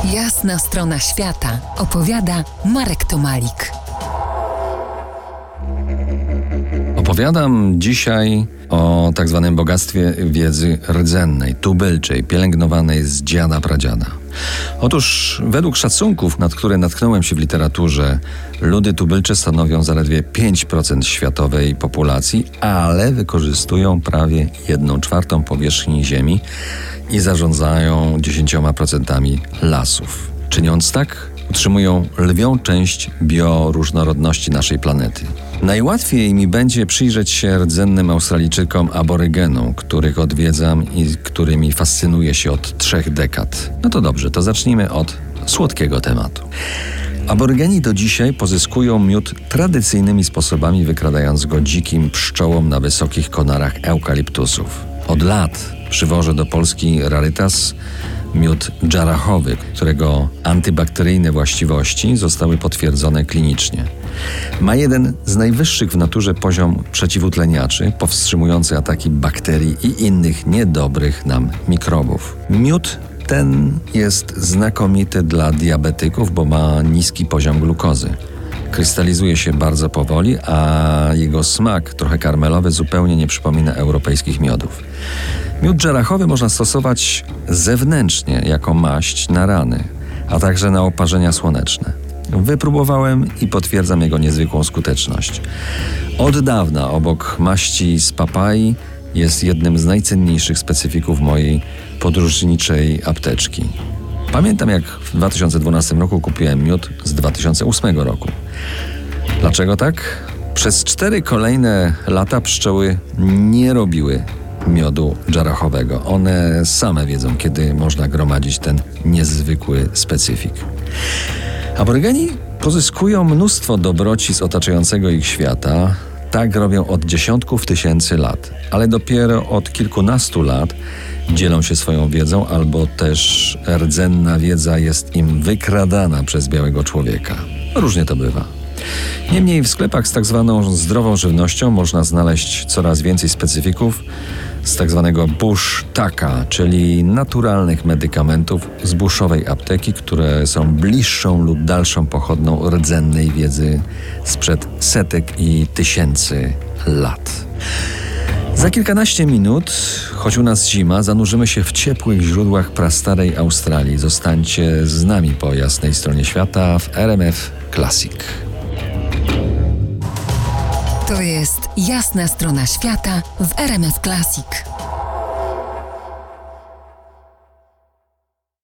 Jasna strona świata opowiada Marek Tomalik. Opowiadam dzisiaj o tak zwanym bogactwie wiedzy rdzennej, tubylczej, pielęgnowanej z dziada pradziada. Otóż według szacunków, nad które natknąłem się w literaturze, ludy tubylcze stanowią zaledwie 5% światowej populacji, ale wykorzystują prawie 1/4 powierzchni Ziemi i zarządzają 10% lasów. Czyniąc tak, utrzymują lwią część bioróżnorodności naszej planety. Najłatwiej mi będzie przyjrzeć się rdzennym Australijczykom aborygenom, których odwiedzam i którymi fascynuję się od 3 dekad. No to dobrze, to zacznijmy od słodkiego tematu. Aborygeni do dzisiaj pozyskują miód tradycyjnymi sposobami, wykradając go dzikim pszczołom na wysokich konarach eukaliptusów. Od lat przywożę do Polski rarytas miód dżarachowy, którego antybakteryjne właściwości zostały potwierdzone klinicznie. Ma jeden z najwyższych w naturze poziom przeciwutleniaczy, powstrzymujący ataki bakterii i innych niedobrych nam mikrobów. Miód ten jest znakomity dla diabetyków, bo ma niski poziom glukozy. Krystalizuje się bardzo powoli, a jego smak, trochę karmelowy, zupełnie nie przypomina europejskich miodów. Miód dżarachowy można stosować zewnętrznie jako maść na rany, a także na oparzenia słoneczne. Wypróbowałem i potwierdzam jego niezwykłą skuteczność. Od dawna obok maści z papai jest jednym z najcenniejszych specyfików mojej podróżniczej apteczki. Pamiętam, jak w 2012 roku kupiłem miód z 2008 roku. Dlaczego tak? Przez 4 kolejne lata pszczoły nie robiły miodu dżarachowego. One same wiedzą, kiedy można gromadzić ten niezwykły specyfik. Aborygeni pozyskują mnóstwo dobroci z otaczającego ich świata. Tak robią od dziesiątków tysięcy lat, ale dopiero od kilkunastu lat dzielą się swoją wiedzą, albo też rdzenna wiedza jest im wykradana przez białego człowieka. Różnie to bywa. Niemniej w sklepach z tak zwaną zdrową żywnością można znaleźć coraz więcej specyfików z tak zwanego bush tucka, czyli naturalnych medykamentów z buszowej apteki, które są bliższą lub dalszą pochodną rdzennej wiedzy sprzed setek i tysięcy lat. Za kilkanaście minut, choć u nas zima, zanurzymy się w ciepłych źródłach prastarej Australii. Zostańcie z nami po jasnej stronie świata w RMF Classic. To jest Jasna strona świata w RMF Classic.